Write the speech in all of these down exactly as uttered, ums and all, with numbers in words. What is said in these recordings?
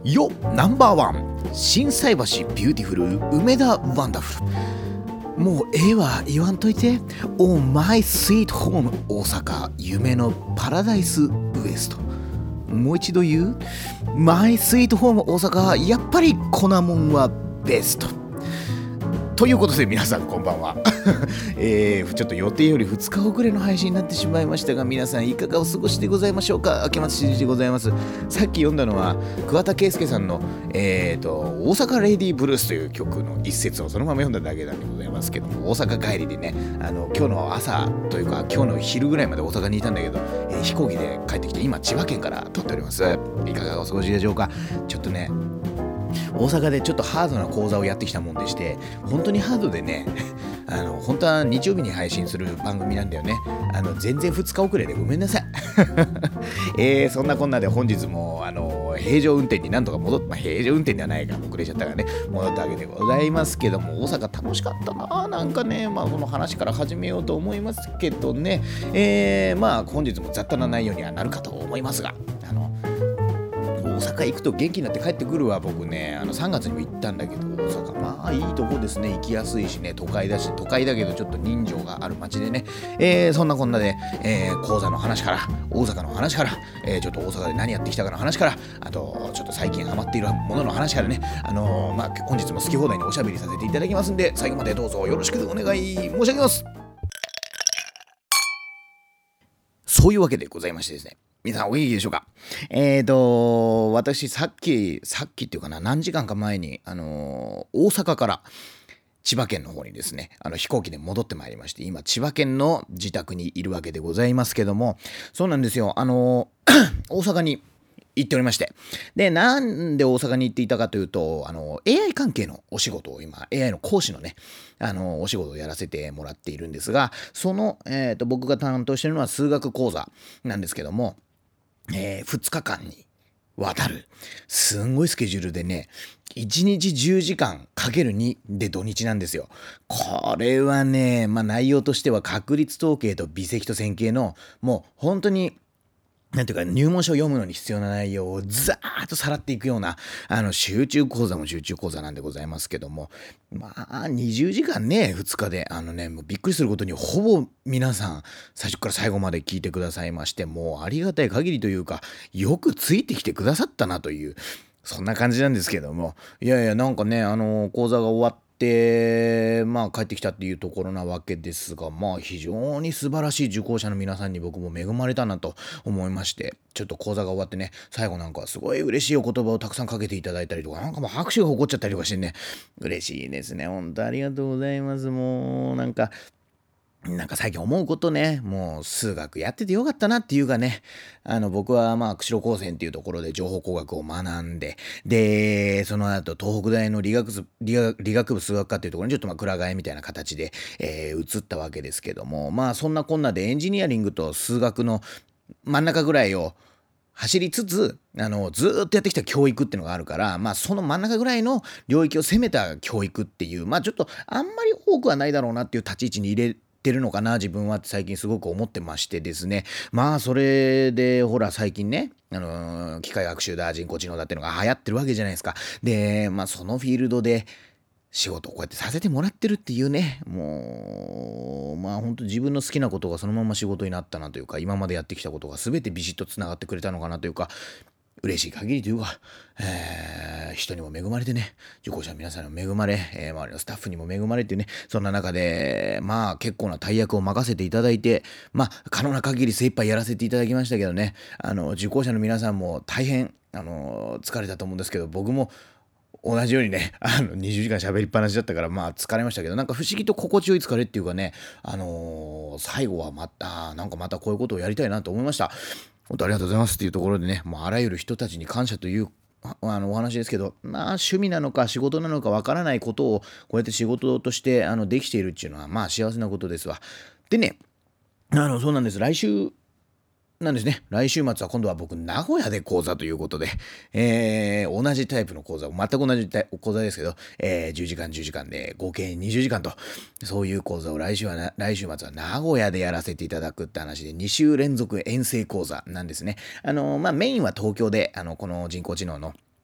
よナンバーワン心斎橋ビューティフル梅田ワンダフル。もうええわ言わんといて。オーマイスイートホーム大阪夢のパラダイスウエスト。もう一度言う。マイスイートホーム大阪やっぱり粉もんはベストということで、皆さんこんばんは、えー、ちょっと予定よりふつか遅れの配信になってしまいましたが、皆さんいかがお過ごしでございましょうか。明けましてでございます。さっき読んだのは桑田佳祐さんの、えー、と大阪レディーブルースという曲の一節をそのまま読んだだけなんでございますけども、大阪帰りでね、あの今日の朝というか今日の昼ぐらいまで大阪にいたんだけど、えー、飛行機で帰ってきて今千葉県から撮っております。いかがお過ごしでしょうか。ちょっとね大阪でちょっとハードな講座をやってきたもんでして、本当にハードでねあの本当は日曜日に配信する番組なんだよね。あの全然ふつか遅れでごめんなさい、えー、そんなこんなで本日もあの平常運転になんとか戻って、まあ、平常運転ではないから遅れちゃったからね戻ったわけでございますけども、大阪楽しかったな。なんかね、まあこの話から始めようと思いますけどね、えー、まあ本日も雑多な内容にはなるかと思いますが、あの大阪行くと元気になって帰ってくるわ。僕ね、あのさんがつにも行ったんだけど、大阪まあいいとこですね。行きやすいしね、都会だし、都会だけどちょっと人情がある街でね、えー、そんなこんなで、えー、講座の話から大阪の話から、えー、ちょっと大阪で何やってきたかの話から、あとちょっと最近ハマっているものの話からね、あのー、まあ本日も好き放題におしゃべりさせていただきますんで、最後までどうぞよろしくお願い申し上げます。そういうわけでございましてですね、皆さんお元気でしょうか。えーと私さっきさっきっていうかな、何時間か前にあのー、大阪から千葉県の方にですね、あの飛行機で戻ってまいりまして、今千葉県の自宅にいるわけでございますけども、そうなんですよ、あのー、大阪に行っておりまして、でなんで大阪に行っていたかというと、あの エーアイ 関係のお仕事を今 エーアイ の講師のね、あのお仕事をやらせてもらっているんですが、その、えーと僕が担当しているのは数学講座なんですけども、えー、ふつかかんにわたるすんごいスケジュールでね、いちにちじゅうじかんかけるにで土日なんですよ。これはね、まあ内容としては確率統計と微積と線形のもう本当になんていうか入門書を読むのに必要な内容をザーッとさらっていくような、あの集中講座も集中講座なんでございますけども、まあにじゅうじかんね、ふつかであのね、もうびっくりすることにほぼ皆さん最初から最後まで聞いてくださいまして、もうありがたい限りというか、よくついてきてくださったなという、そんな感じなんですけども、いやいやなんかね、あの講座が終わってでまあ帰ってきたっていうところなわけですが、まあ非常に素晴らしい受講者の皆さんに僕も恵まれたなと思いまして、ちょっと講座が終わってね、最後なんかすごい嬉しいお言葉をたくさんかけていただいたりとか、なんかもう拍手が起こっちゃったりとかしてね、嬉しいですね。本当ありがとうございます。もうなんかなんか最近思うことね、もう数学やっててよかったなっていうかね、あの僕はまあ釧路高専っていうところで情報工学を学んで、でその後東北大の理学部理学理学部数学科っていうところにちょっとまあくら替えみたいな形で、えー、移ったわけですけども、まあそんなこんなでエンジニアリングと数学の真ん中ぐらいを走りつつ、あのずーっとやってきた教育っていうのがあるから、まあその真ん中ぐらいの領域を攻めた教育っていう、まあちょっとあんまり多くはないだろうなっていう立ち位置に入れてるのかな自分はって最近すごく思ってましてですね、まあそれでほら最近ね、あのー機械学習だ人工知能だっていうのが流行ってるわけじゃないですか。でまあそのフィールドで仕事をこうやってさせてもらってるっていうね、もうまあ本当自分の好きなことがそのまま仕事になったなというか、今までやってきたことが全てビシッとつながってくれたのかなというか、嬉しい限りというか、えー、人にも恵まれてね、受講者の皆さんにも恵まれ、えー、周りのスタッフにも恵まれてね、そんな中でまあ結構な大役を任せていただいて、まあ可能な限り精一杯やらせていただきましたけどね、あの受講者の皆さんも大変あの疲れたと思うんですけど、僕も同じようにね、あのにじゅうじかん喋りっぱなしだったからまあ疲れましたけど、なんか不思議と心地よい疲れっていうかね、あのー、最後はまたなんかまたこういうことをやりたいなと思いました。本当ありがとうございますっていうところでね、もうあらゆる人たちに感謝というああのお話ですけど、まあ趣味なのか仕事なのかわからないことをこうやって仕事としてあのできているっていうのはまあ幸せなことですわ。でね、あのそうなんです。来週なんですね。来週末は今度は僕名古屋で講座ということで、えー、同じタイプの講座、全く同じ講座ですけど、えー、じゅうじかんじゅうじかんで合計にじゅうじかんと、そういう講座を来週はな来週末は名古屋でやらせていただくって話で、に週連続遠征講座なんですね。あのまあメインは東京であのこの人工知能の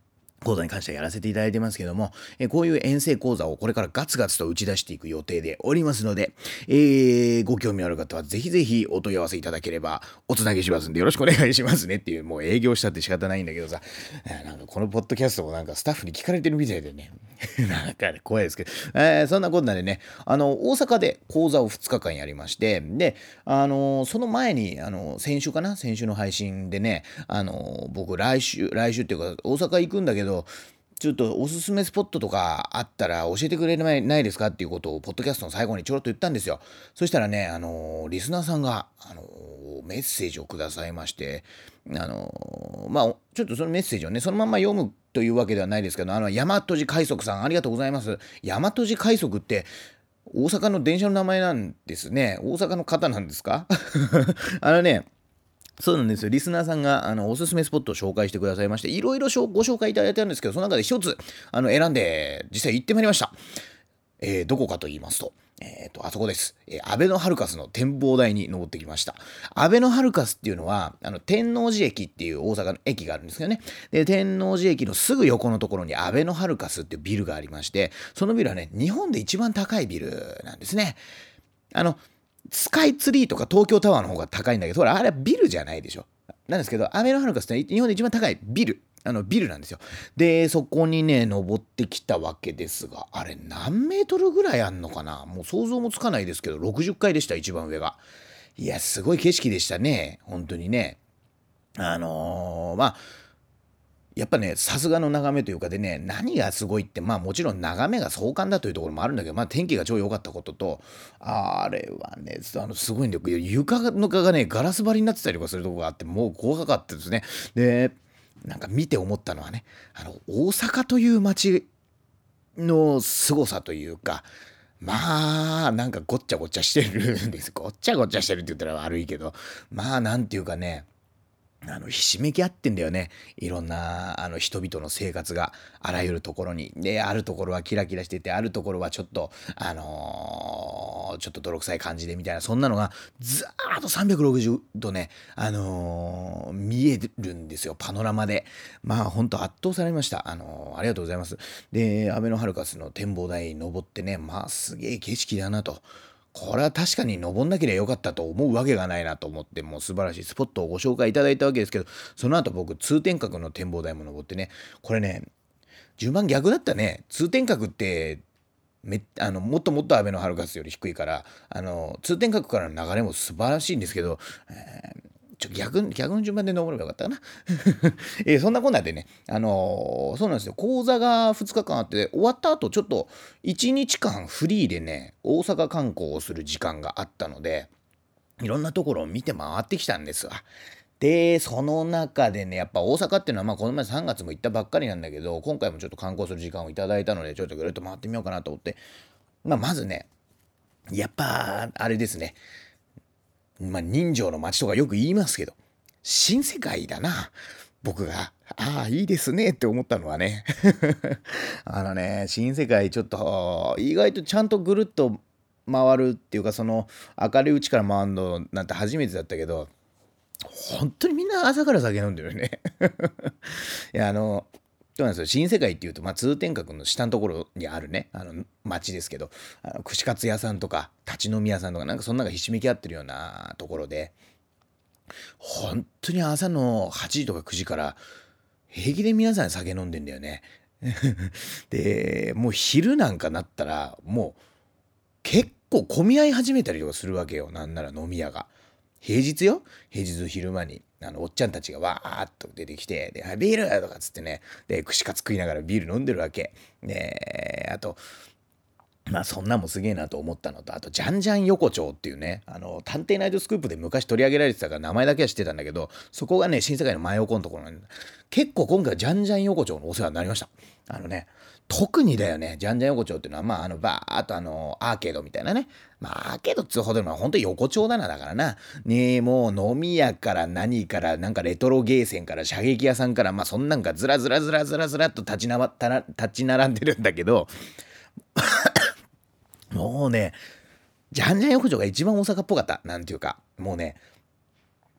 講座に関してはやらせていただいてますけども、えーこういう遠征講座をこれからガツガツと打ち出していく予定でおりますので、えーご興味ある方はぜひぜひお問い合わせいただければおつなぎしますんでよろしくお願いしますねっていう、もう営業したって仕方ないんだけどさ、えーなんかこのポッドキャストもなんかスタッフに聞かれてるみたいでね、なんかね怖いですけど、えーそんなことなんでね、あの、大阪で講座をふつかかんやりまして、で、あの、その前に、あの、先週かな先週の配信でね、あの、僕来週、来週っていうか大阪行くんだけど、ちょっとおすすめスポットとかあったら教えてくれないないですかっていうことをポッドキャストの最後にちょろっと言ったんですよ。そしたらね、あのリスナーさんが、あのメッセージをくださいまして、あのまあちょっとそのメッセージをねそのまま読むというわけではないですけど、あの大和路快速さんありがとうございます。大和路快速って大阪の電車の名前なんですね。大阪の方なんですか？あのね、そうなんですよ。リスナーさんがあのおすすめスポットを紹介してくださいまして、いろいろご紹介いただいてるんですけど、その中で一つあの選んで実際行ってまいりました。えーどこかと言いますと、えーと、あそこです。えー、アベノハルカスの展望台に登ってきました。アベノハルカスっていうのは、あの天王寺駅っていう大阪の駅があるんですけどね。で、天王寺駅のすぐ横のところにアベノハルカスっていうビルがありまして、そのビルはね、日本で一番高いビルなんですね。あの、スカイツリーとか東京タワーの方が高いんだけど、ほら、あれはビルじゃないでしょ。なんですけど、アベノハルカスって日本で一番高いビル。あのビルなんですよ。で、そこにね、登ってきたわけですが、あれ何メートルぐらいあんのかな、もう想像もつかないですけど、ろくじゅっかいでした、一番上が。いや、すごい景色でしたね。本当にね。あのーまあ、やっぱね、さすがの眺めというかでね、何がすごいって、まあもちろん眺めが壮観だというところもあるんだけど、まあ天気が超良かったことと、あれはね、あのすごいんだよ。床のがね、ガラス張りになってたりとかするところがあって、もう怖かったですね。で、なんか見て思ったのはね、あの、大阪という街の凄さというか、まあ、なんかごっちゃごちゃしてるんです。ごっちゃごちゃしてるって言ったら悪いけど、まあなんていうかね、あの、ひしめき合ってんだよね。いろんな、あの、人々の生活があらゆるところに。で、あるところはキラキラしてて、あるところはちょっと、あのーちょっと泥臭い感じでみたいな、そんなのが、ずーっとさんびゃくろくじゅうどね、あのー見えるんですよ、パノラマで。まあ、ほんと圧倒されました。あのーありがとうございます。で、アベノハルカスの展望台に登ってね、まあ、すげえ景色だなと。これは確かに登んなければよかったと思うわけがないなと思って、もう素晴らしいスポットをご紹介いただいたわけですけど、その後僕通天閣の展望台も登ってね、これね、順番逆だったね。通天閣ってめあのもっともっとアベノハルカスより低いから、あの通天閣からの流れも素晴らしいんですけど、えーちょ逆逆の順番で登ればよかったかな、えーそんなこんなでね、あのーそうなんですよ、講座がふつかかんあって、終わった後ちょっといちにちかんフリーでね、大阪観光をする時間があったので、いろんなところを見て回ってきたんですわ。で、その中でね、やっぱ大阪っていうのは、まあこの前さんがつも行ったばっかりなんだけど、今回もちょっと観光する時間をいただいたので、ちょっとぐるっと回ってみようかなと思って、まあまずね、やっぱあれですね、まあ人情の街とかよく言いますけど、新世界だな。僕が、ああ、いいですねって思ったのはね、あのね、新世界ちょっと、意外とちゃんとぐるっと回るっていうか、その明るいうちから回るのなんて初めてだったけど、本当にみんな朝から酒飲んでるよね。いや、あの、そうなんですよ。新世界っていうと、まあ、通天閣の下のところにあるね、あの、町ですけど、あの串カツ屋さんとか、立ち飲み屋さんとか、なんかそんなのがひしめき合ってるようなところで、本当に朝のはちじとかくじから平気で皆さん酒飲んでんだよね。で、もう昼なんかなったら、もう結構混み合い始めたりとかするわけよ。なんなら飲み屋が。平日よ。平日昼間に。あの、おっちゃんたちがわーっと出てきて、で、はいビールとかっつってね、で、串カツ食いながらビール飲んでるわけ。で、あと、まあそんなんもすげえなと思ったのと、あと、ジャンジャン横丁っていうね、あの、探偵ナイトスクープで昔取り上げられてたから名前だけは知ってたんだけど、そこがね、新世界の真横のところなんだ。結構今回はジャンジャン横丁のお世話になりました。あのね、特にだよね、ジャンジャン横丁っていうのは、まあ、あの、バーっとあの、アーケードみたいなね。まあ、アーケードっつうほどのは本当に横丁だな、だからな。ねえ、もう飲み屋から何から、なんかレトロゲーセンから射撃屋さんから、まあそんなんがずらずらずらずらずらっと立ちなまたな立ち並んでるんだけど、もうね、ジャンジャン横丁が一番大阪っぽかった。なんていうか、もうね、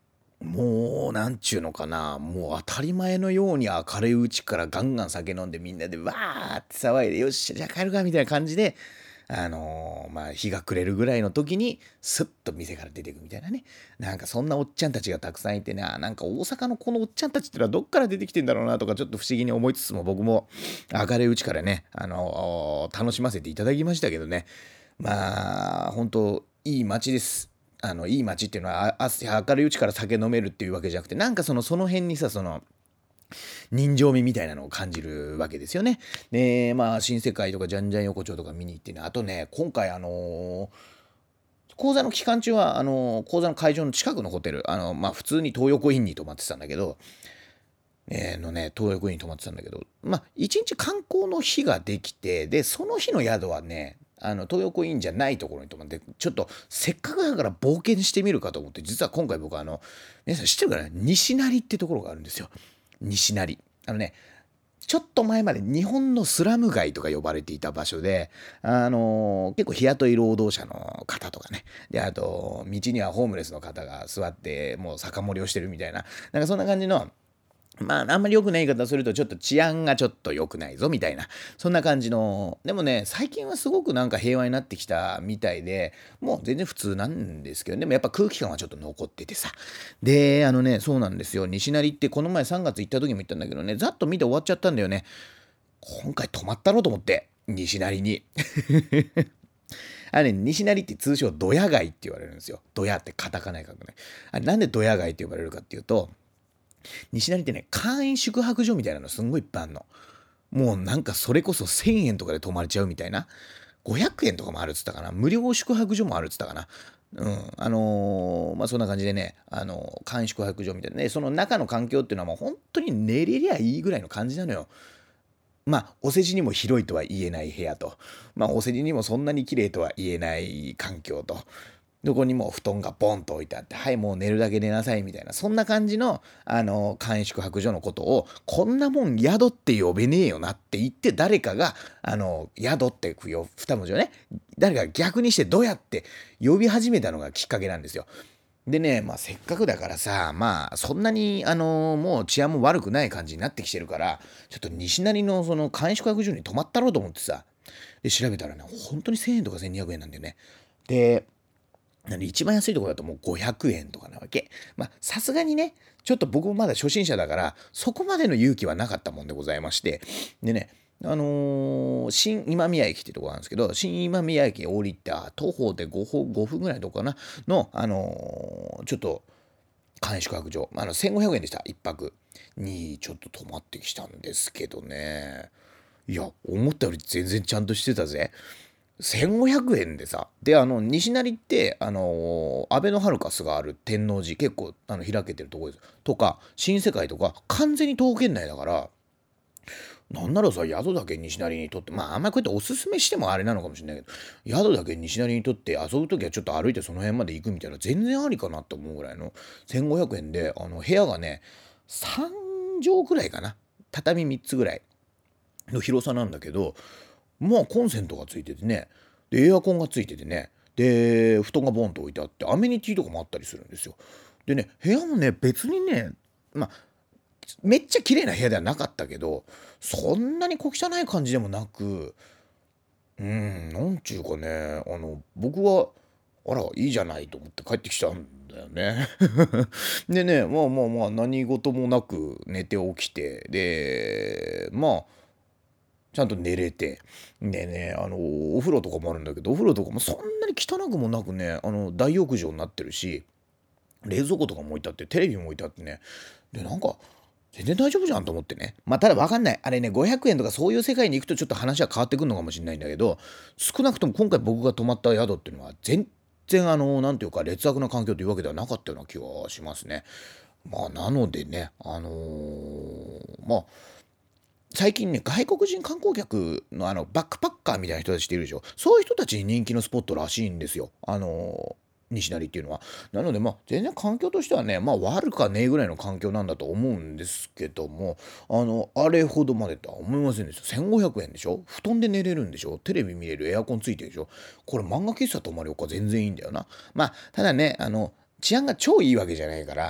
もう、なんちゅうのかな、もう当たり前のように明るいうちからガンガン酒飲んでみんなでわーって騒いで、よっしゃ、じゃあ帰るかみたいな感じで、あのーまあ、日が暮れるぐらいの時に、スッと店から出てくみたいなね。なんかそんなおっちゃんたちがたくさんいてな、なんか大阪のこのおっちゃんたちってのはどっから出てきてんだろうなとか、ちょっと不思議に思いつつも、僕も明るいうちからね、あのー楽しませていただきましたけどね。まあ、本当いい街です。あのいい街っていうのはああ明るいうちから酒飲めるっていうわけじゃなくて、なんかそのその辺にさ、その人情味みたいなのを感じるわけですよね。で、まあ新世界とかジャンジャン横丁とか見に行ってね、あとね、今回あのー講座の期間中はあのー講座の会場の近くのホテル、あのまあ普通に東横インに泊まってたんだけど、えーのね、東横インに泊まってたんだけど、まあ、一日観光の日ができて、で、その日の宿はね、あの、東横インじゃないところに泊まって、ちょっと、せっかくだから冒険してみるかと思って、実は今回僕はあの、皆さん知ってるかな、西成ってところがあるんですよ。西成。あのね、ちょっと前まで日本のスラム街とか呼ばれていた場所で、あのー結構日雇い労働者の方とかね、で、あと、道にはホームレスの方が座って、もう酒盛りをしてるみたいな、なんかそんな感じの、まあ、あんまり良くない言い方をすると、ちょっと治安がちょっと良くないぞ、みたいな。そんな感じの。でもね、最近はすごくなんか平和になってきたみたいで、もう全然普通なんですけど、でもやっぱ空気感はちょっと残っててさ。で、あのね、そうなんですよ。西成ってこの前さんがつ行った時も言ったんだけどね、ざっと見て終わっちゃったんだよね。今回泊まったろうと思って、西成に。あれね、西成って通称ドヤ街って言われるんですよ。ドヤってカタカナで書くね。あれなんでドヤ街って呼ばれるかっていうと、西成ってね、簡易宿泊所みたいなのすんごいいっぱいあるの。もうなんかそれこそせんえんとかで泊まれちゃうみたいな。ごひゃくえんとかもあるっつったかな。無料宿泊所もあるっつったかな。うん。あのーまあそんな感じでね、あのー簡易宿泊所みたいなね、その中の環境っていうのはもう本当に寝れりゃいいぐらいの感じなのよ。まあ、お世辞にも広いとは言えない部屋と、まあ、お世辞にもそんなに綺麗とは言えない環境と、どこにも布団がボンと置いてあって、はい、もう寝るだけ寝なさいみたいな、そんな感じの、あの、簡易宿泊所のことを、こんなもん宿って呼べねえよなって言って、誰かが、あの、宿って二文字をね、誰かが逆にしてどうやって呼び始めたのがきっかけなんですよ。でね、まあ、せっかくだからさ、まあ、そんなに、あのもう治安も悪くない感じになってきてるから、ちょっと西成のその簡易宿泊所に泊まったろうと思ってさ、で、調べたらね、本当にせんえんとかせんにひゃくえんなんだよね。で、なんで一番安いところだともうごひゃくえんとかなわけ。まあ、さすがにね、ちょっと僕もまだ初心者だから、そこまでの勇気はなかったもんでございまして、でね、あのー新今宮駅ってとこなんですけど、新今宮駅降りた徒歩でご歩ごふんぐらいのとこかなの、あのーちょっと簡易宿泊所、あのせんごひゃくえんでした、一泊にちょっと泊まってきたんですけどね。いや、思ったより全然ちゃんとしてたぜ。せんごひゃくえんでさ、で、あの、西成って、あのー、アベノハルカスがある天王寺、結構、あの、開けてるところです。とか、新世界とか、完全に徒歩圏内だから、なんならさ、宿だけ西成にとって、まあ、あんまりこうやっておすすめしてもあれなのかもしれないけど、宿だけ西成にとって遊ぶときはちょっと歩いてその辺まで行くみたいな、全然ありかなって思うぐらいのせんごひゃくえんで、あの、部屋がね、さん畳くらいかな。畳みっつぐらいの広さなんだけど、まあコンセントがついててね、でエアコンがついててね、で布団がボンと置いてあってアメニティとかもあったりするんですよ。でね、部屋もね別にね、まあめっちゃ綺麗な部屋ではなかったけど、そんなに小汚い感じでもなく、うん、なんちゅうかね、あの僕はあらいいじゃないと思って帰ってきたんだよね。でね、まあまあまあ何事もなく寝て起きて、でまあちゃんと寝れて。でね、あの、お風呂とかもあるんだけど、お風呂とかもそんなに汚くもなくね、あの、大浴場になってるし、冷蔵庫とかも置いてあって、テレビも置いてあってね、で、なんか、全然大丈夫じゃんと思ってね。まあ、ただわかんない。あれね、ごひゃくえんとかそういう世界に行くとちょっと話は変わってくるのかもしれないんだけど、少なくとも今回僕が泊まった宿っていうのは、全然あの、なんていうか、劣悪な環境というわけではなかったような気はしますね。まあ、なのでね、あのーまあ、最近ね、外国人観光客のあのバックパッカーみたいな人たちっているでしょ。そういう人たちに人気のスポットらしいんですよ。あの西成っていうのは。なのでまあ全然環境としてはね、まあ悪かねえぐらいの環境なんだと思うんですけども、あの、あれほどまでとは思いませんでした。せんごひゃくえんでしょ、布団で寝れるんでしょ、テレビ見れる、エアコンついてるでしょ、これ漫画喫茶泊まりおか全然いいんだよな。まあ、ただね、あの、治安が超いいわけじゃないから、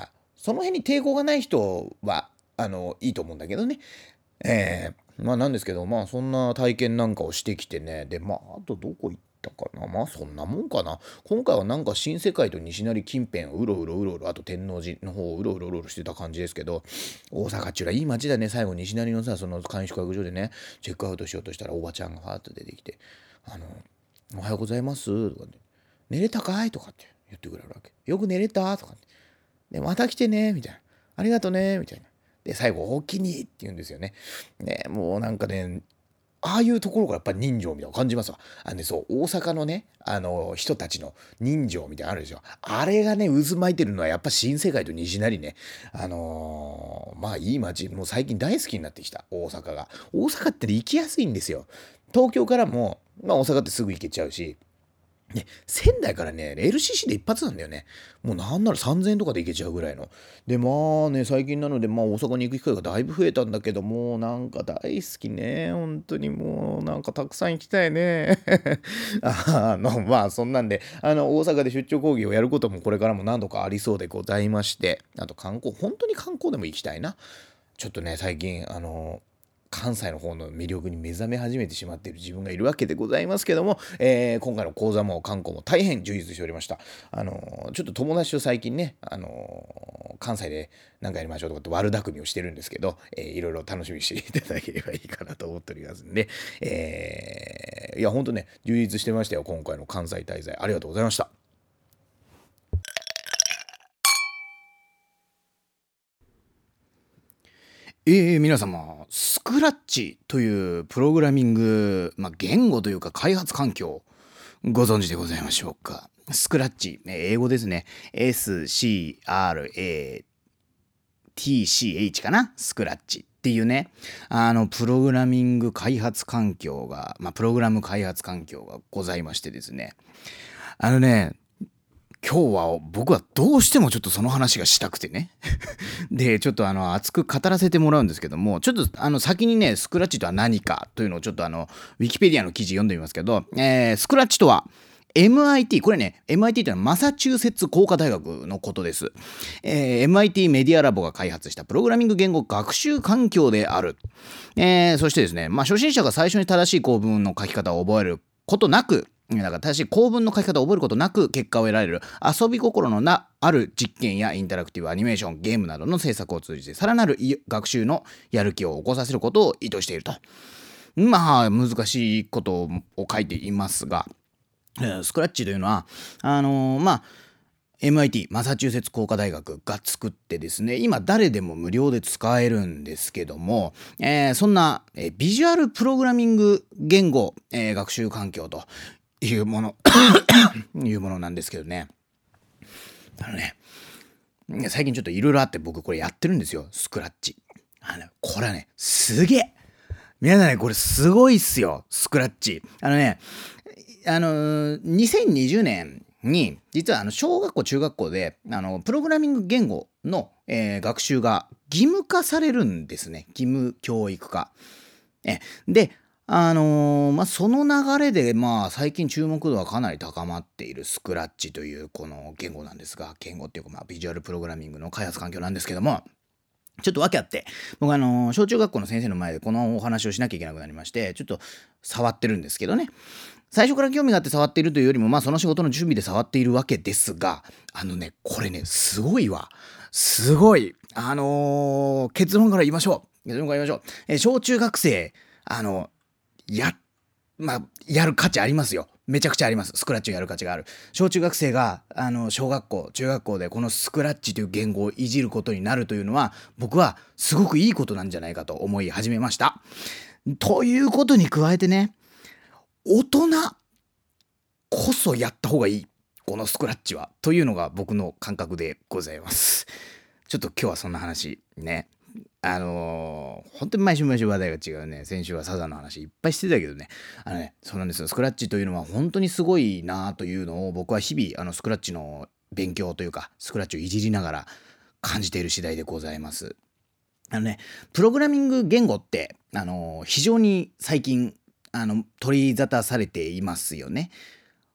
その辺に抵抗がない人はあのいいと思うんだけどね。えー、まあなんですけど、まあそんな体験なんかをしてきてね。で、まああとどこ行ったかな。まあそんなもんかな。今回はなんか新世界と西成近辺をうろうろうろうろ、あと天王寺の方をうろうろうろうろしてた感じですけど、大阪っちゅうのはいい街だね。最後西成のさ、その簡易宿泊所でね、チェックアウトしようとしたらおばちゃんがファーッと出てきて、あの、おはようございますとかね、寝れたかいとかって言ってくれるわけ。よく寝れたとかって。で、また来てねみたいな。ありがとねみたいな。で、最後、おおきにって言うんですよね。ね、もうなんかね、ああいうところがやっぱり人情みたいなのを感じますわ。あのね、そう、大阪のね、あの、人たちの人情みたいなのあるでしょ。あれがね、渦巻いてるのはやっぱ新世界と西成ね。あのーまあいい街、もう最近大好きになってきた、大阪が。大阪ってね行きやすいんですよ。東京からも、まあ大阪ってすぐ行けちゃうし、ね、仙台からね、エルシーシー で一発なんだよね。もうなんならさんぜんえんとかで行けちゃうぐらいの。で、まあね、最近なので、まあ大阪に行く機会がだいぶ増えたんだけど、もうなんか大好きね。本当にもうなんかたくさん行きたいね。あの、まあそんなんで、あの、大阪で出張講義をやることもこれからも何度かありそうでございまして、あと観光、本当に観光でも行きたいな。ちょっとね、最近、あの、関西の方の魅力に目覚め始めてしまっている自分がいるわけでございますけども、えー今回の講座も観光も大変充実しておりました。あのちょっと友達と最近ね、あの関西で何かやりましょうとかって悪巧みをしてるんですけど、えーいろいろ楽しみにしていただければいいかなと思っておりますんで、えーいや本当ね充実してましたよ。今回の関西滞在ありがとうございました。えー、皆様、スクラッチというプログラミング、まあ、言語というか開発環境、ご存知でございましょうか。スクラッチ、えー英語ですね。エスシーアールエーティーシーエイチ かな、スクラッチっていうね、あの、プログラミング開発環境が、まあ、プログラム開発環境がございましてですね。あのね、今日は僕はどうしてもちょっとその話がしたくてね。で、ちょっとあの、熱く語らせてもらうんですけども、ちょっとあの、先にね、スクラッチとは何かというのをちょっとあの、ウィキペディアの記事読んでみますけど、えー、スクラッチとは、エムアイティー、これね、エムアイティー というのはマサチューセッツ工科大学のことです。えー エムアイティー メディアラボが開発したプログラミング言語学習環境である。えーそしてですね、まあ、初心者が最初に正しい構文の書き方を覚えることなく、だから正しい構文の書き方を覚えることなく結果を得られる遊び心のなある実験やインタラクティブアニメーション、ゲームなどの制作を通じてさらなる学習のやる気を起こさせることを意図していると。まあ難しいことを書いていますが、スクラッチというのはあのーまあエムアイティー マサチューセッツ工科大学が作ってですね、今誰でも無料で使えるんですけども、えーそんな、えービジュアルプログラミング言語、えー学習環境というものいうものなんですけどね。あのね、最近ちょっといろいろあって僕これやってるんですよ、スクラッチ。あのこれはね、すげえ皆さんね、これすごいっすよ、スクラッチ。あのね、あのーにせんにじゅうねんに実はあの小学校中学校であのプログラミング言語の、えー学習が義務化されるんですね。義務教育化。えであのーまあ、その流れで、まあ、最近注目度はかなり高まっているスクラッチというこの言語なんですが、言語っていうか、まあ、ビジュアルプログラミングの開発環境なんですけども、ちょっと訳あって、僕あのー小中学校の先生の前でこのお話をしなきゃいけなくなりまして、ちょっと触ってるんですけどね。最初から興味があって触っているというよりも、まあその仕事の準備で触っているわけですが、あのね、これね、すごいわ。すごい。あのー結論から言いましょう。結論から言いましょう。えー小中学生、あの、や、まあ、やる価値ありますよ。めちゃくちゃあります。スクラッチをやる価値がある。小中学生が、あの、小学校、中学校でこのスクラッチという言語をいじることになるというのは、僕はすごくいいことなんじゃないかと思い始めました。ということに加えてね、大人こそやった方がいい。このスクラッチは。というのが僕の感覚でございます。ちょっと今日はそんな話ね。あのー、本当に毎週毎週話題が違うね。先週はサザンの話いっぱいしてたけどね。あのね、そうなんですよ。スクラッチというのは本当にすごいなというのを僕は日々あのスクラッチの勉強というか、スクラッチをいじりながら感じている次第でございます。あのね、プログラミング言語って、あのー非常に最近あの取り沙汰されていますよね。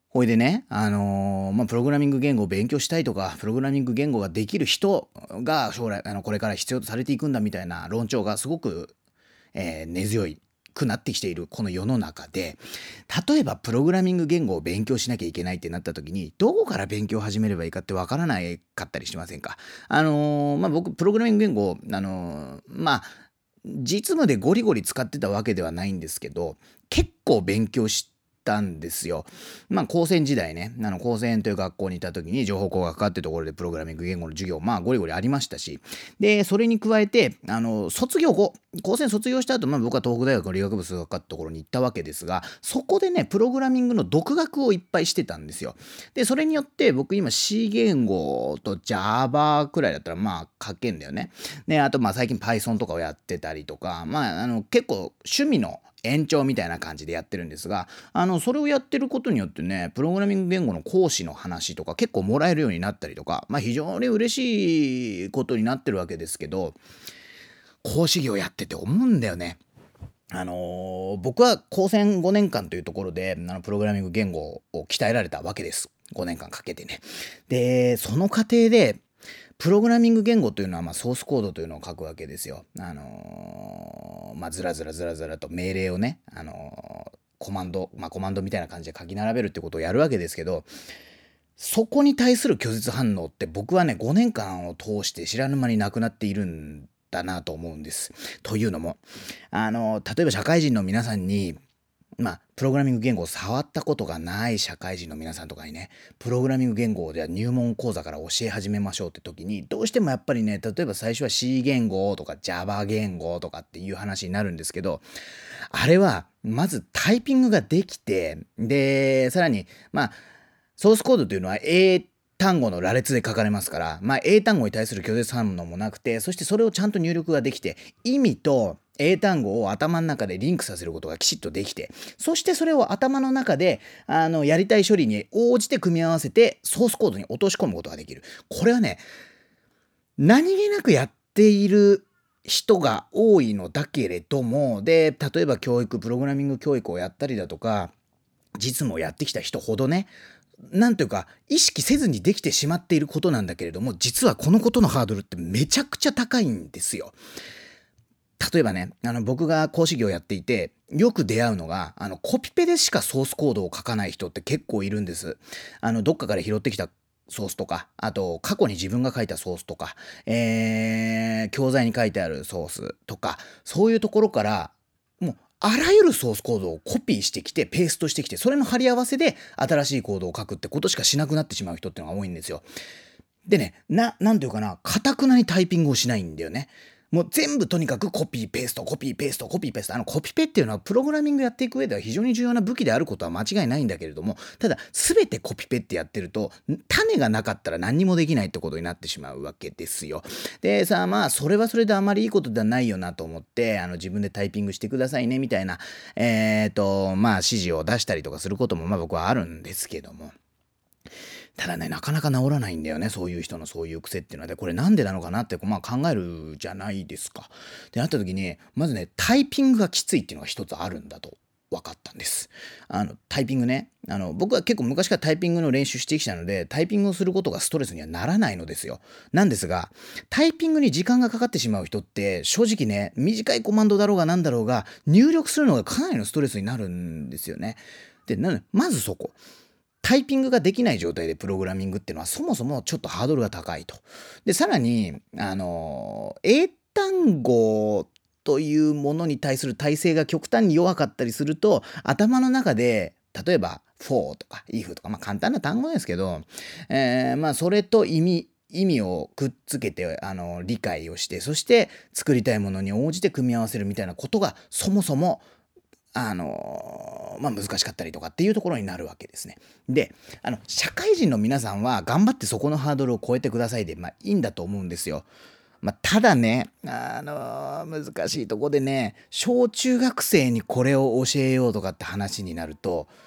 ほいでね、あのーまあ、プログラミング言語を勉強したいとか、プログラミング言語ができる人が将来、あのこれから必要とされていくんだみたいな論調がすごく、えー根強いくなってきているこの世の中で、例えばプログラミング言語を勉強しなきゃいけないってなった時に、どこから勉強を始めればいいかってわからないかったりしませんか？あのーまあ、僕、プログラミング言語、あのーまあ、実務でゴリゴリ使ってたわけではないんですけど、結構勉強したんですよ。まあ、高専時代ね、あの高専という学校にいた時に情報工学科っていうところでプログラミング言語の授業、まあ、ゴリゴリありましたし、で、それに加えて、あの、卒業後、高専卒業した後、まあ、僕は東北大学の理学部数学科ってところに行ったわけですが、そこでね、プログラミングの独学をいっぱいしてたんですよ。で、それによって僕今 C 言語と Java くらいだったらまあ書けんだよね。で、あとまあ最近 Python とかをやってたりとか、まあ、あの結構趣味の延長みたいな感じでやってるんですが、あのそれをやってることによってね、プログラミング言語の講師の話とか結構もらえるようになったりとか、まあ非常に嬉しいことになってるわけですけど、講師業やってて思うんだよね。あのー僕は高専ごねんかんというところであのプログラミング言語を鍛えられたわけです。ごねんかんかけてね。で、その過程で、プログラミング言語というのはまあソースコードというのを書くわけですよ。あのーまあずらずらずらずらと命令をね、あのーコマンド、まあコマンドみたいな感じで書き並べるってことをやるわけですけど、そこに対する拒絶反応って僕はね、ごねんかんを通して知らぬ間になくなっているんだなと思うんです。というのも、あの、例えば社会人の皆さんに、まあ、プログラミング言語を触ったことがない社会人の皆さんとかにね、プログラミング言語をじゃあ入門講座から教え始めましょうって時に、どうしてもやっぱりね、例えば最初は C 言語とか Java 言語とかっていう話になるんですけど、あれはまずタイピングができて、で、さらに、まあ、ソースコードというのは英単語の羅列で書かれますから、まあ、英単語に対する拒絶反応もなくて、そしてそれをちゃんと入力ができて、意味と英単語を頭の中でリンクさせることがきちっとできて、そしてそれを頭の中であのやりたい処理に応じて組み合わせてソースコードに落とし込むことができる。これはね、何気なくやっている人が多いのだけれども、で、例えば教育、プログラミング教育をやったりだとか、実務をやってきた人ほどね、なんというか意識せずにできてしまっていることなんだけれども、実はこのことのハードルってめちゃくちゃ高いんですよ。例えばね、あの僕が講師業をやっていてよく出会うのが、あのコピペでしかソースコードを書かない人って結構いるんです。あのどっかから拾ってきたソースとか、あと過去に自分が書いたソースとか、えー教材に書いてあるソースとか、そういうところからもうあらゆるソースコードをコピーしてきてペーストしてきて、それの貼り合わせで新しいコードを書くってことしかしなくなってしまう人っていうのが多いんですよ。でね、な、なんていうかな、堅くなにタイピングをしないんだよね。もう全部とにかくコピーペースト、コピーペースト、コピーペースト。あのコピペっていうのはプログラミングやっていく上では非常に重要な武器であることは間違いないんだけれども、ただ全てコピペってやってると、種がなかったら何にもできないってことになってしまうわけですよ。でさあ、まあそれはそれであまりいいことではないよなと思って、あの自分でタイピングしてくださいねみたいな、えっと、まあ指示を出したりとかすることもまあ僕はあるんですけども。ただね、なかなか治らないんだよね、そういう人のそういう癖っていうのは。で、これなんでなのかなって、まあ、考えるじゃないですか。で、なった時に、まずね、タイピングがきついっていうのが一つあるんだと分かったんです。あの、タイピングね、あの、僕は結構昔からタイピングの練習してきたので、タイピングをすることがストレスにはならないのですよ。なんですが、タイピングに時間がかかってしまう人って、正直ね、短いコマンドだろうがなんだろうが、入力するのがかなりのストレスになるんですよね。で、なので、まずそこ。タイピングができない状態でプログラミングっていうのはそもそもちょっとハードルが高いと。で、さらに、あの、英単語というものに対する耐性が極端に弱かったりすると、頭の中で、例えば、for とか if とか、まあ簡単な単語ですけど、えーまあそれと意味、意味をくっつけてあの理解をして、そして作りたいものに応じて組み合わせるみたいなことがそもそもあのまあ、難しかったりとかっていうところになるわけですね。で、あの社会人の皆さんは頑張ってそこのハードルを超えてくださいで、まあ、いいんだと思うんですよ。まあ、ただね、あの難しいとこでね、小中学生にこれを教えようとかって話になると、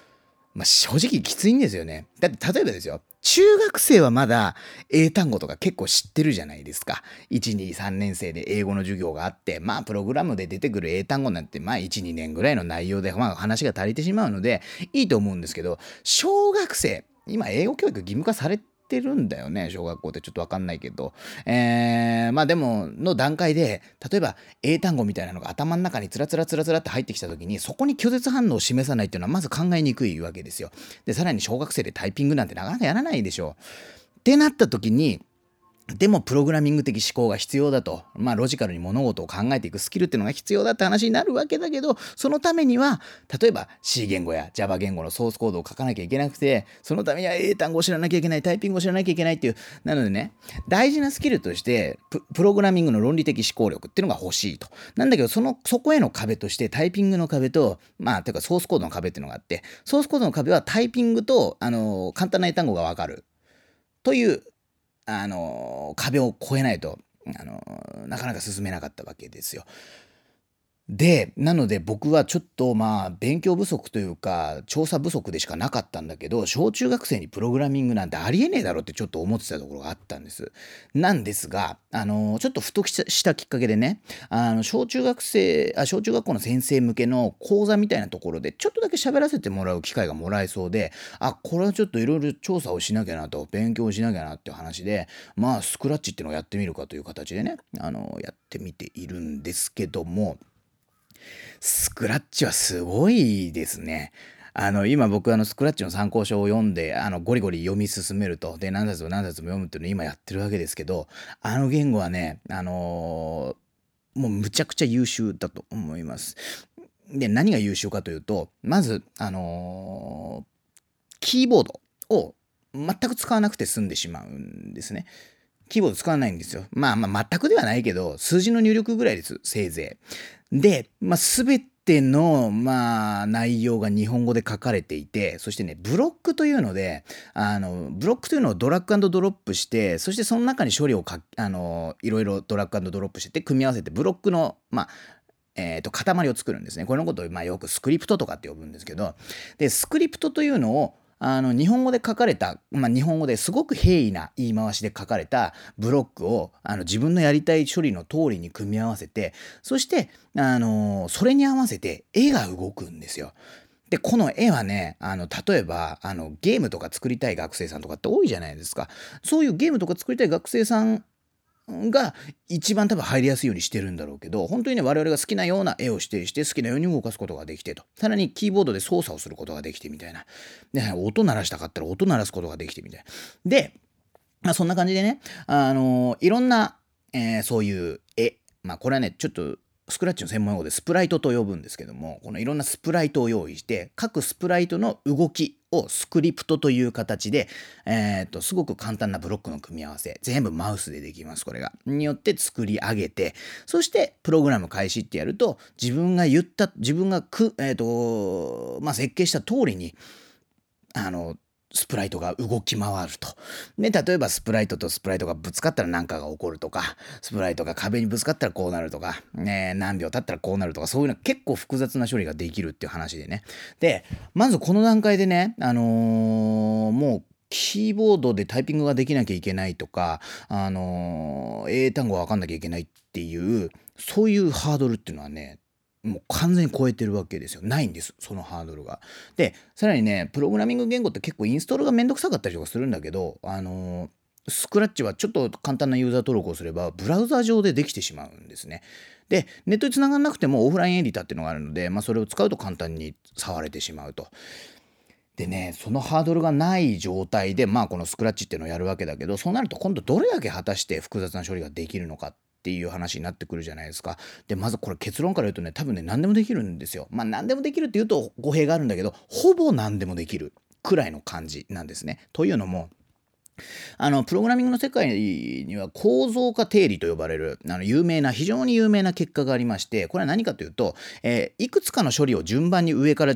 まあ、正直きついんですよね。だって例えばですよ、中学生はまだ英単語とか結構知ってるじゃないですか。いち、に、さんねん生で英語の授業があって、まあプログラムで出てくる英単語なんてまあいち、にねんぐらいの内容でまあ話が足りてしまうのでいいと思うんですけど、小学生、今英語教育義務化されてるんだよね、小学校ってちょっとわかんないけど。えー、まあでもの段階で、例えば英単語みたいなのが頭の中につらつらつらつらって入ってきた時に、そこに拒絶反応を示さないっていうのはまず考えにくいわけですよ。で、さらに小学生でタイピングなんてなかなかやらないでしょう。ってなった時に、でもプログラミング的思考が必要だと、まあロジカルに物事を考えていくスキルっていうのが必要だって話になるわけだけど、そのためには例えば C 言語や Java 言語のソースコードを書かなきゃいけなくて、そのためには英単語を知らなきゃいけない、タイピングを知らなきゃいけないっていう、なのでね、大事なスキルとしてプ、プログラミングの論理的思考力っていうのが欲しいと。なんだけど、そのそこへの壁としてタイピングの壁と、まあていうかソースコードの壁っていうのがあって、ソースコードの壁はタイピングとあの簡単な英単語がわかるというあの壁を越えないとあのなかなか進めなかったわけですよ。で、なので僕はちょっとまあ勉強不足というか調査不足でしかなかったんだけど、小中学生にプログラミングなんてありえねえだろってちょっと思ってたところがあったんです。なんですが、あのちょっとふとしたしたきっかけでね、あの小中学生あ小中学校の先生向けの講座みたいなところでちょっとだけ喋らせてもらう機会がもらえそうで、あ、これはちょっといろいろ調査をしなきゃなと、勉強しなきゃなっていう話で、まあスクラッチっていうのをやってみるかという形でね、あのやってみているんですけども、スクラッチはすごいですね。あの、今僕あのスクラッチの参考書を読んで、あの、ゴリゴリ読み進めると、で、何冊も何冊も読むっていうのを今やってるわけですけど、あの言語はね、あのーもうむちゃくちゃ優秀だと思います。で、何が優秀かというと、まず、あのーキーボードを全く使わなくて済んでしまうんですね。キーボード使わないんですよ。まあまあ全くではないけど、数字の入力ぐらいです、せいぜい。で、まあ全ての、まあ内容が日本語で書かれていて、そしてね、ブロックというので、あの、ブロックというのをドラッグアンドドロップして、そしてその中に処理をか、あの、いろいろドラッグアンドドロップして組み合わせて、ブロックの、まあ、えー、と塊を作るんですね。これのことを、まあ、よくスクリプトとかって呼ぶんですけど、で、スクリプトというのを、あの日本語で書かれた、まあ、日本語ですごく平易な言い回しで書かれたブロックをあの自分のやりたい処理の通りに組み合わせて、そして、あのそれに合わせて絵が動くんですよ。で、この絵はね、あの例えばあのゲームとか作りたい学生さんとかって多いじゃないですか。そういうゲームとか作りたい学生さんが一番多分入りやすいようにしてるんだろうけど、本当にね、我々が好きなような絵を指定して好きなように動かすことができてと、さらにキーボードで操作をすることができてみたいな、で音鳴らしたかったら音鳴らすことができてみたいな。で、まあ、そんな感じでね、あのいろんな、えーそういう絵、まあこれはねちょっとスクラッチの専門用語でスプライトと呼ぶんですけども、このいろんなスプライトを用意して、各スプライトの動きをスクリプトという形で、えー、とすごく簡単なブロックの組み合わせ、全部マウスでできます。これがによって作り上げて、そしてプログラム開始ってやると、自分が言った自分がく、えーとまあ、設計した通りにあのスプライトが動き回ると。で、例えばスプライトとスプライトがぶつかったら何かが起こるとか、スプライトが壁にぶつかったらこうなるとか、ね、何秒経ったらこうなるとか、そういうの結構複雑な処理ができるっていう話でね。で、まずこの段階でね、あのーもうキーボードでタイピングができなきゃいけないとか、あのー英単語が分かんなきゃいけないっていう、そういうハードルっていうのはね、もう完全に超えてるわけですよ。ないんです、そのハードルが。で、さらにね、プログラミング言語って結構インストールがめんどくさかったりとかするんだけど、あのースクラッチはちょっと簡単なユーザー登録をすれば、ブラウザ上でできてしまうんですね。で、ネットに繋がんなくてもオフラインエディターっていうのがあるので、まあ、それを使うと簡単に触れてしまうと。でね、そのハードルがない状態で、まあこのスクラッチっていうのをやるわけだけど、そうなると今度どれだけ果たして複雑な処理ができるのかっていう話になってくるじゃないですか。で、まずこれ結論から言うとね、多分ね、何でもできるんですよ。まあ何でもできるって言うと語弊があるんだけど、ほぼ何でもできるくらいの感じなんですね。というのも、あのプログラミングの世界には構造化定理と呼ばれるあの有名な非常に有名な結果がありまして、これは何かというと、えーいくつかの処理を順番に上から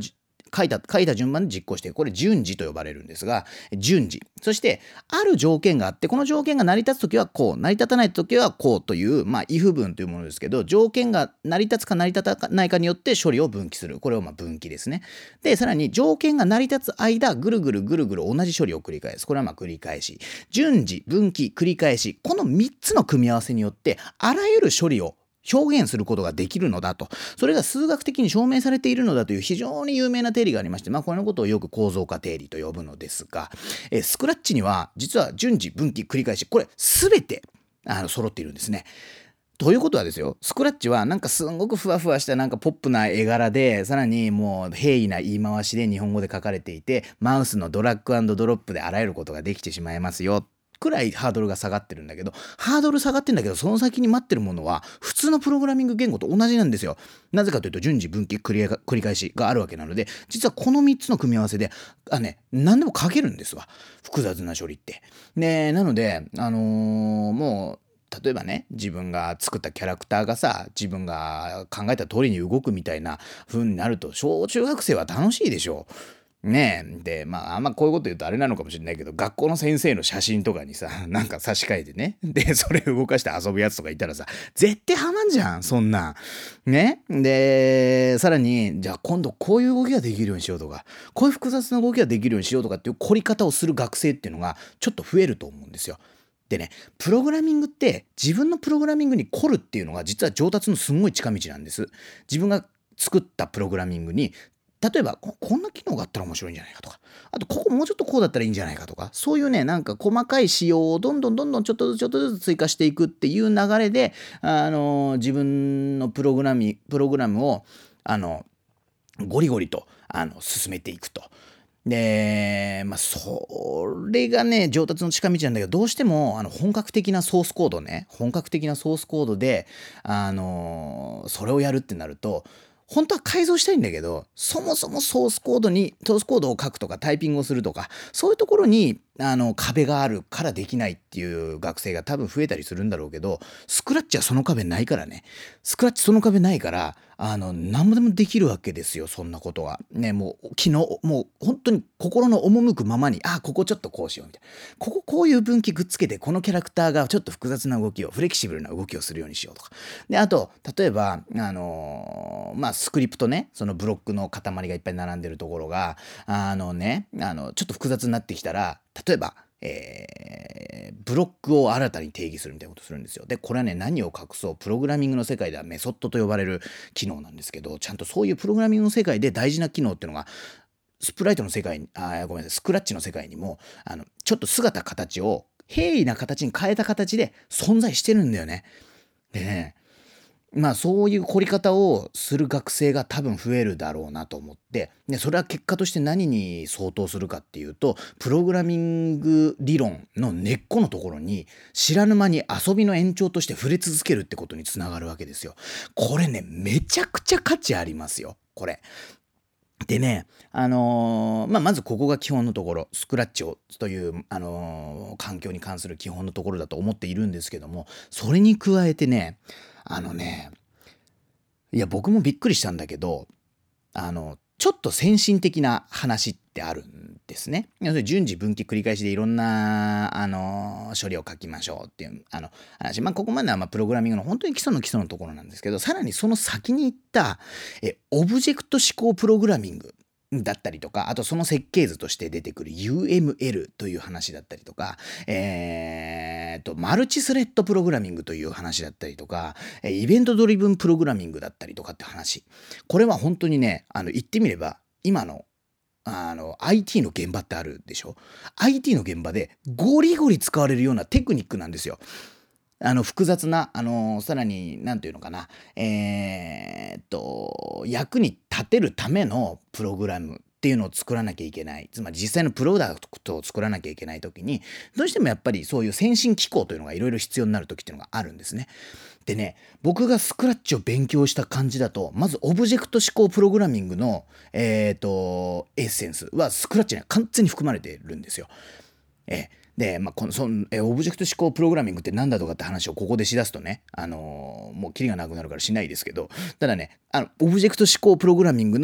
書いた、書いた順番で実行していく。これ順次と呼ばれるんですが、順次。そして、ある条件があって、この条件が成り立つときはこう、成り立たないときはこうという、まあ、if 文というものですけど、条件が成り立つか成り立たないかによって処理を分岐する。これをまあ分岐ですね。で、さらに条件が成り立つ間、ぐるぐるぐるぐる同じ処理を繰り返す。これはまあ繰り返し。順次、分岐、繰り返し。このみっつの組み合わせによって、あらゆる処理を表現することができるのだと。それが数学的に証明されているのだという非常に有名な定理がありまして、まあ、このことをよく構造化定理と呼ぶのですが、えスクラッチには実は順次、分岐、繰り返し、これ全てあの揃っているんですね。ということはですよ、スクラッチはなんかすんごくふわふわしたなんかポップな絵柄で、さらにもう平易な言い回しで日本語で書かれていて、マウスのドラッグ&ドロップであらゆることができてしまいますよ。くらいハードルが下がってるんだけど、ハードル下がってるんだけど、その先に待ってるものは普通のプログラミング言語と同じなんですよ。なぜかというと、順次、分岐、繰り繰り返しがあるわけなので、実はこのみっつの組み合わせで、あね、何でも書けるんですわ。複雑な処理って。で、なので、あのーもう、例えばね、自分が作ったキャラクターがさ、自分が考えた通りに動くみたいな風になると、小中学生は楽しいでしょう。ねえ。で、まあ、あんまこういうこと言うとあれなのかもしれないけど、学校の先生の写真とかにさ、なんか差し替えてね。で、それ動かして遊ぶやつとかいたらさ、絶対ハマんじゃん、そんなん。ね。で、さらに、じゃあ今度こういう動きができるようにしようとか、こういう複雑な動きができるようにしようとかっていう凝り方をする学生っていうのがちょっと増えると思うんですよ。でね、プログラミングって自分のプログラミングに凝るっていうのが実は上達のすんごい近道なんです。自分が作ったプログラミングに例えばこ、こんな機能があったら面白いんじゃないかとか、あとここもうちょっとこうだったらいいんじゃないかとか、そういうね、なんか細かい仕様をどんどんどんどんちょっとずつちょっとずつ追加していくっていう流れで、あのー自分のプログラミ、プログラムを、あの、ゴリゴリと、あの、進めていくと。で、まあ、それがね、上達の近道なんだけど、どうしても、あの、本格的なソースコードね、本格的なソースコードで、あのーそれをやるってなると、本当は改造したいんだけど、そもそもソースコードに、ソースコードを書くとかタイピングをするとか、そういうところに、あの、壁があるからできないっていう学生が多分増えたりするんだろうけど、スクラッチはその壁ないからね。スクラッチその壁ないから、あの、何でもできるわけですよ、そんなことは。ね、もう、昨日、もう、本当に心の赴くままに、あ、ここちょっとこうしようみたいな。こここういう分岐くっつけて、このキャラクターがちょっと複雑な動きを、フレキシブルな動きをするようにしようとか。で、あと、例えば、あのーまあ、スクリプトね、そのブロックの塊がいっぱい並んでるところが、あのね、あの、ちょっと複雑になってきたら、例えば、えーブロックを新たに定義するみたいなことするんですよ。で、これはね、何を隠そう、プログラミングの世界ではメソッドと呼ばれる機能なんですけど、ちゃんとそういうプログラミングの世界で大事な機能っていうのが、スプライトの世界に、あ、ごめんなさい、スクラッチの世界にも、あの、ちょっと姿形を平易な形に変えた形で存在してるんだよね。でね、まあそういう凝り方をする学生が多分増えるだろうなと思って、で、それは結果として何に相当するかっていうと、プログラミング理論の根っこのところに知らぬ間に遊びの延長として触れ続けるってことにつながるわけですよ。これね、めちゃくちゃ価値ありますよ、これ。でね、あのーまあ、まずここが基本のところ、スクラッチをという、あのー環境に関する基本のところだと思っているんですけども、それに加えてね、あのね、いや、僕もびっくりしたんだけど、あの、ちょっと先進的な話ってあるんですね。要するに順次分岐繰り返しでいろんな、あの、処理を書きましょうっていう、あの、話。まあ、ここまでは、まあ、プログラミングの本当に基礎の基礎のところなんですけど、さらにその先に行った、え、オブジェクト指向プログラミング。だったりとか、あとその設計図として出てくる ユーエムエル という話だったりとか、えーと、マルチスレッドプログラミングという話だったりとか、えイベントドリブンプログラミングだったりとかって話。これは本当にね、あの、言ってみれば、今の、あの、アイティー の現場ってあるでしょ？ アイティー の現場でゴリゴリ使われるようなテクニックなんですよ。あの複雑な、あのさらに、なんていうのかな、えーっと、役に立てるためのプログラムっていうのを作らなきゃいけない。つまり実際のプロダクトを作らなきゃいけないときに、どうしてもやっぱりそういう先進機構というのがいろいろ必要になるときっていうのがあるんですね。でね、僕がスクラッチを勉強した感じだと、まずオブジェクト指向プログラミングの、えーっと、エッセンスはスクラッチには完全に含まれてるんですよ。ええで、まあ、このそのえオブジェクト指向プログラミングって何だとかって話をここでしだすとね、あのーもうキリがなくなるからしないですけど、ただね、あのオブジェクト指向プログラミングの、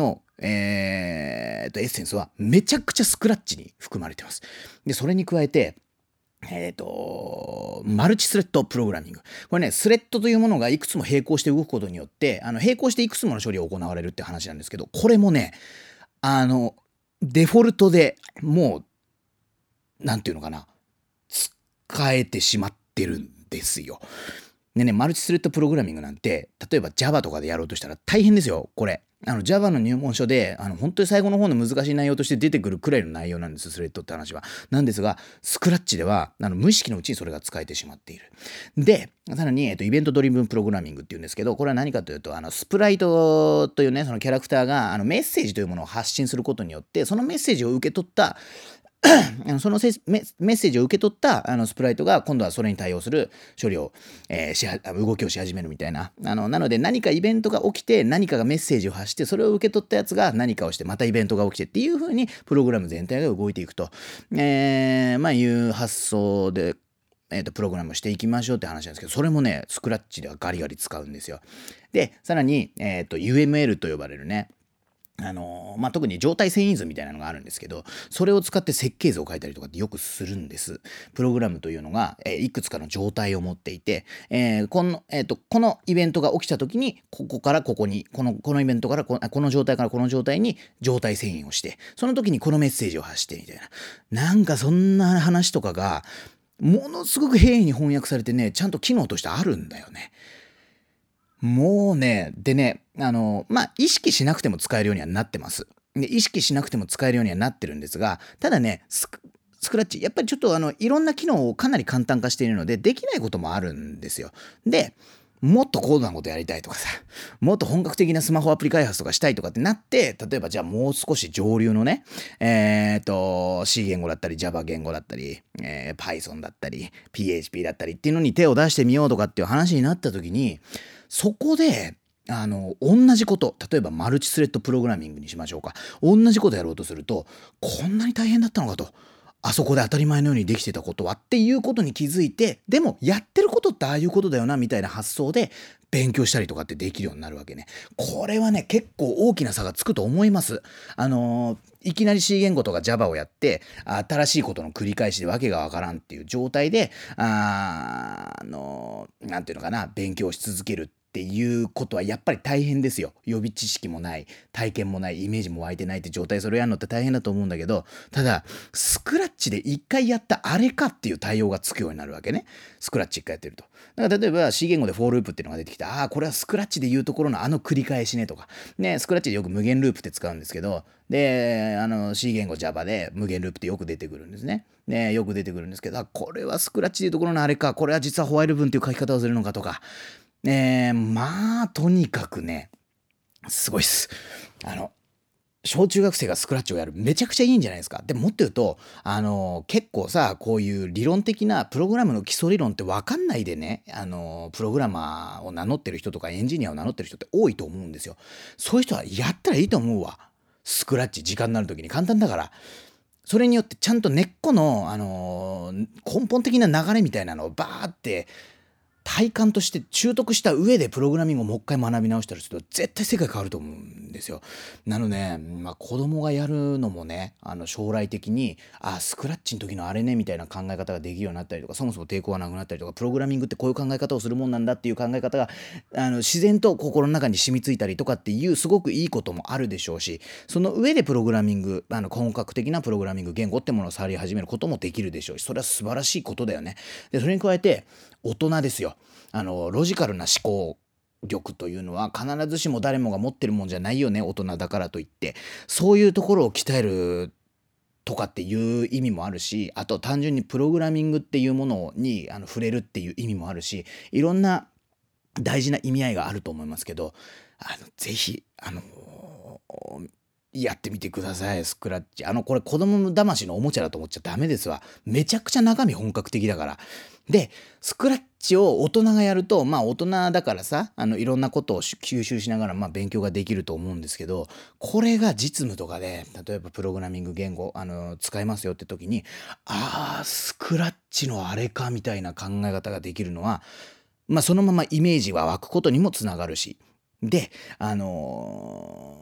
えー、とエッセンスはめちゃくちゃスクラッチに含まれてます。で、それに加えて、えっ、と、マルチスレッドプログラミング。これね、スレッドというものがいくつも並行して動くことによって、あの並行していくつもの処理を行われるって話なんですけど、これもね、あの、デフォルトでもう、なんていうのかな、使えてしまってるんですよ。でね、マルチスレッドプログラミングなんて、例えば Java とかでやろうとしたら大変ですよ、これ。あの Java の入門書で、あの本当に最後の方の難しい内容として出てくるくらいの内容なんです、スレッドって話は。なんですが、スクラッチではあの無意識のうちにそれが使えてしまっている。で、さらに、えっと、イベントドリブンプログラミングっていうんですけど、これは何かというと、あのスプライトというね、そのキャラクターがあのメッセージというものを発信することによって、そのメッセージを受け取ったあのそのせメメッセージを受け取ったあのスプライトが今度はそれに対応する処理を、えーしは動きをし始めるみたいな。あのなので何かイベントが起きて何かがメッセージを発してそれを受け取ったやつが何かをしてまたイベントが起きてっていう風にプログラム全体が動いていくと、えー、まあいう発想で、えーと、プログラムしていきましょうって話なんですけど、それもねスクラッチではガリガリ使うんですよ。でさらに、えーと、ユーエムエル と呼ばれるね、あのーまあ、特に状態遷移図みたいなのがあるんですけど、それを使って設計図を書いたりとかってよくするんです。プログラムというのが、えーいくつかの状態を持っていて、えーこのえーとこのイベントが起きた時にここからここにこのこのイベントからこのこの状態からこの状態に状態遷移をして、その時にこのメッセージを発してみたいな、なんかそんな話とかがものすごく平易に翻訳されてね、ちゃんと機能としてあるんだよね。もうね、でね、あの、まあ、意識しなくても使えるようにはなってます。で、意識しなくても使えるようにはなってるんですが、ただね、スクスクラッチ、やっぱりちょっとあの、いろんな機能をかなり簡単化しているので、できないこともあるんですよ。で、もっと高度なことやりたいとかさ、もっと本格的なスマホアプリ開発とかしたいとかってなって、例えばじゃあもう少し上流のね、えっと、C 言語だったり Java 言語だったり、えー Python だったり、ピーエイチピー だったりっていうのに手を出してみようとかっていう話になった時に、そこで、あの、同じこと、例えばマルチスレッドプログラミングにしましょうか。同じことやろうとすると、こんなに大変だったのかと。あそこで当たり前のようにできてたことはっていうことに気づいて、でもやってることってああいうことだよなみたいな発想で勉強したりとかってできるようになるわけね。これはね、結構大きな差がつくと思います。あのーいきなり C 言語とか Java をやって新しいことの繰り返しでわけがわからんっていう状態であーあのーなんていうのかな、勉強し続けるっていうことはやっぱり大変ですよ。予備知識もない、体験もない、イメージも湧いてないって状態、それをやるのって大変だと思うんだけど、ただスクラッチで一回やったあれかっていう対応がつくようになるわけね。スクラッチ一回やってると。だから例えば C 言語でフォーループっていうのが出てきて、ああこれはスクラッチで言うところのあの繰り返しねとかね、スクラッチでよく無限ループって使うんですけど、であの C 言語 Java で無限ループってよく出てくるんですね。ね、よく出てくるんですけど、あこれはスクラッチでいうところのあれか、これは実はホワイト文っていう書き方をするのかとか、えー、まあとにかくねすごいっす。あの小中学生がスクラッチをやるめちゃくちゃいいんじゃないですか。でももっと言うとあの結構さ、こういう理論的なプログラムの基礎理論って分かんないでね、あのプログラマーを名乗ってる人とかエンジニアを名乗ってる人って多いと思うんですよ。そういう人はやったらいいと思うわ。スクラッチ時間になる時に簡単だから。それによってちゃんと根っこの、あのー根本的な流れみたいなのをバーって体感として習得した上でプログラミングをもう一回学び直したりすると絶対世界変わると思うんですよ。なので、まあ、子供がやるのもね、あの将来的にあスクラッチの時のあれねみたいな考え方ができるようになったりとか、そもそも抵抗がなくなったりとか、プログラミングってこういう考え方をするもんなんだっていう考え方があの自然と心の中に染みついたりとかっていうすごくいいこともあるでしょうし、その上でプログラミングあの本格的なプログラミング言語ってものを触り始めることもできるでしょうし、それは素晴らしいことだよね。でそれに加えて大人ですよ。あのロジカルな思考力というのは必ずしも誰もが持ってるもんじゃないよね、大人だからといって。そういうところを鍛えるとかっていう意味もあるし、あと単純にプログラミングっていうものにあの触れるっていう意味もあるし、いろんな大事な意味合いがあると思いますけど、あのぜひあのやってみてください、スクラッチ。あのこれ子供騙しのおもちゃだと思っちゃダメですわ。めちゃくちゃ中身本格的だから。でスクラッチを大人がやると、まあ大人だからさ、あのいろんなことを吸収しながらまあ勉強ができると思うんですけど、これが実務とかで例えばプログラミング言語あの使いますよって時に、あースクラッチのあれかみたいな考え方ができるのは、まあそのままイメージは湧くことにもつながるし、で、あのー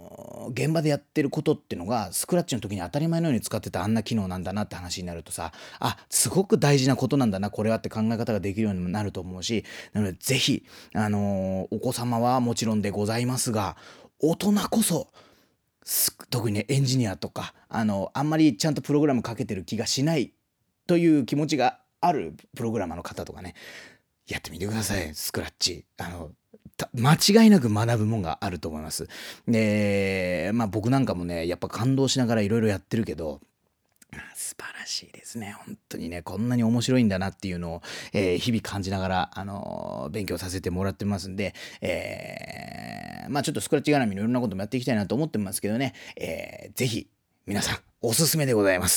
現場でやってることってのがスクラッチの時に当たり前のように使ってたあんな機能なんだなって話になるとさ、あ、すごく大事なことなんだなこれはって考え方ができるようにもなると思うし、なのでぜひ、あのーお子様はもちろんでございますが、大人こそす特にねエンジニアとかあのあんまりちゃんとプログラムかけてる気がしないという気持ちがあるプログラマーの方とかね、やってみてください。スクラッチあの間違いなく学ぶもんがあると思います。で、まあ僕なんかもねやっぱ感動しながらいろいろやってるけど、素晴らしいですね。本当にねこんなに面白いんだなっていうのを、えー日々感じながら、あのー勉強させてもらってますんで、えーまあちょっとスクラッチ絡みのいろんなこともやっていきたいなと思ってますけどね、えーぜひ皆さんおすすめでございます。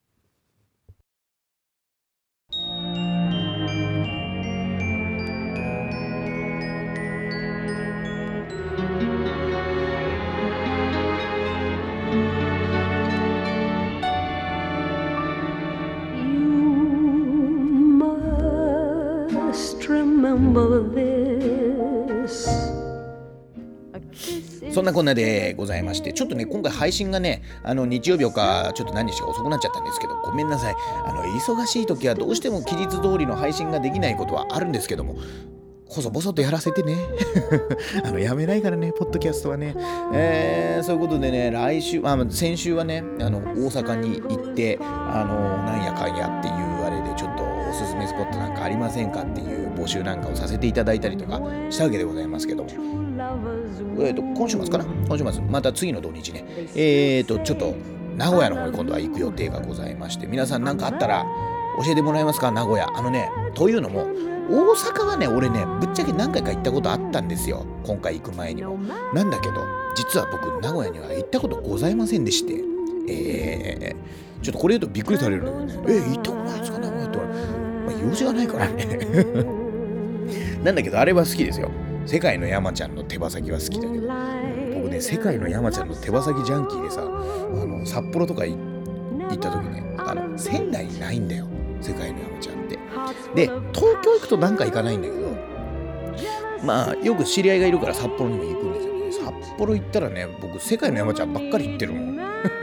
You must remember this. A kiss そんなこんなでございまして、ちょっとね今回配信がねあの日曜日かちょっと何日か遅くなっちゃったんですけど、ごめんなさい。あの忙しい時はどうしても期日通りの配信ができないことはあるんですけども、細々とやらせてねあのやめないからねポッドキャストはね、えー、そういうことでね、来週あ先週はねあの大阪に行ってあのなんやかんやっていうあれでちょっとおすすめスポットなんかありませんかっていう募集なんかをさせていただいたりとかしたわけでございますけども、えーと今週末かな今週末また次の土日ね、えーとちょっと名古屋の方に今度は行く予定がございまして、皆さん何かあったら教えてもらえますか。名古屋あのねというのも大阪はね俺ねぶっちゃけ何回か行ったことあったんですよ、今回行く前にも。なんだけど実は僕名古屋には行ったことございませんでして、えー、ちょっとこれ言うとびっくりされるんだけどね、えー、行ったことないですか名古屋って、まあ、用事がないからねなんだけどあれは好きですよ。世界の山ちゃんの手羽先は好きだけど、僕ね世界の山ちゃんの手羽先ジャンキーでさ、あの札幌とか行った時ね、あの仙台にないんだよ世界の山ちゃんって。で東京行くとなんか行かないんだけど、まあよく知り合いがいるから札幌にも行くんですよね。札幌行ったらね僕世界の山ちゃんばっかり行ってるもん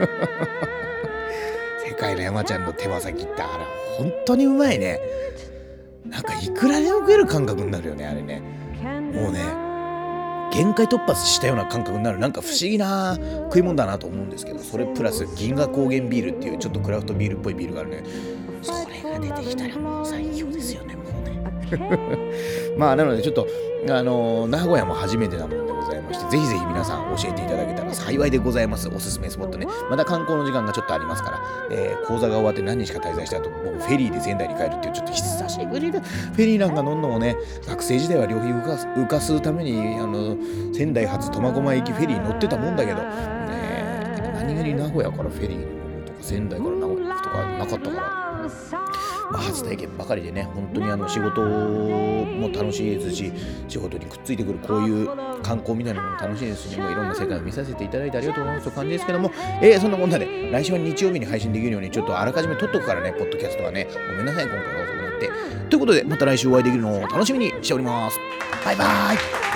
世界の山ちゃんの手羽先ってあれ本当にうまいね。なんかいくらでも食える感覚になるよねあれね。もうね限界突破したような感覚になる、なんか不思議な食い物だなと思うんですけど、それプラス銀河高原ビールっていうちょっとクラフトビールっぽいビールがあるね。それが出てきたらもう最強ですよねもうねまあなのでちょっとあのー、名古屋も初めてなものでございまして、ぜひぜひ皆さん教えていただけたら幸いでございます。おすすめスポットね、また観光の時間がちょっとありますから、えー、講座が終わって何日か滞在した後僕フェリーで仙台に帰るっていうちょっと久しぶりでフェリーなんか乗んのもね、学生時代は旅費浮かす浮かすためにあの仙台発苫小牧行きフェリー乗ってたもんだけど、ね、何気に名古屋からフェリーに乗るとか仙台から名古屋行くとかなかったから、まあ、初体験ばかりでね、本当にあの仕事も楽しいですし、仕事にくっついてくるこういう観光みたいなのも楽しいですしね、もういろんな世界を見させていただいてありがとうございますという感じですけども、えー、そんなこんなで来週は日曜日に配信できるようにちょっとあらかじめ撮っとくからね、ポッドキャストはね、ごめんなさい今回は遅くなって。ということでまた来週お会いできるのを楽しみにしております。バイバーイ。